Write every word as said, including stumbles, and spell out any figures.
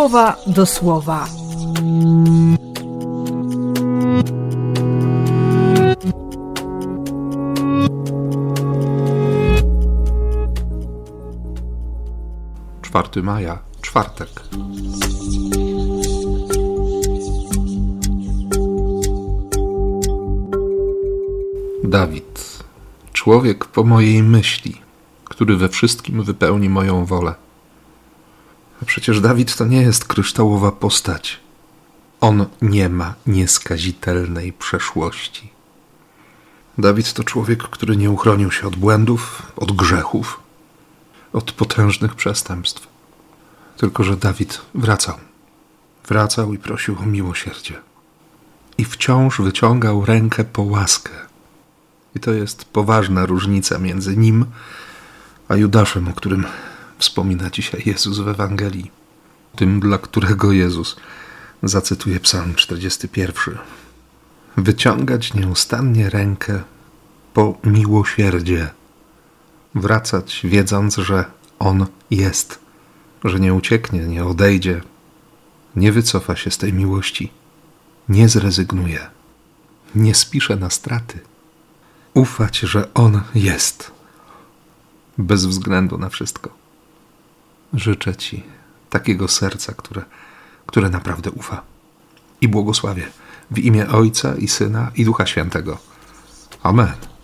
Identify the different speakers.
Speaker 1: słowa do słowa.
Speaker 2: czwartego maja, czwartek. Dawid, człowiek po mojej myśli, który we wszystkim wypełni moją wolę. A przecież Dawid to nie jest kryształowa postać. On nie ma nieskazitelnej przeszłości. Dawid to człowiek, który nie uchronił się od błędów, od grzechów, od potężnych przestępstw. Tylko że Dawid wracał. Wracał i prosił o miłosierdzie. I wciąż wyciągał rękę po łaskę. I to jest poważna różnica między nim a Judaszem, o którym wspomina dzisiaj Jezus w Ewangelii. Tym, dla którego Jezus zacytuje Psalm czterdziesty pierwszy. Wyciągać nieustannie rękę po miłosierdzie. Wracać, wiedząc, że On jest, że nie ucieknie, nie odejdzie, nie wycofa się z tej miłości, nie zrezygnuje, nie spisze na straty. Ufać, że On jest, bez względu na wszystko. Życzę Ci takiego serca, które, które naprawdę ufa. I błogosławię w imię Ojca i Syna i Ducha Świętego. Amen.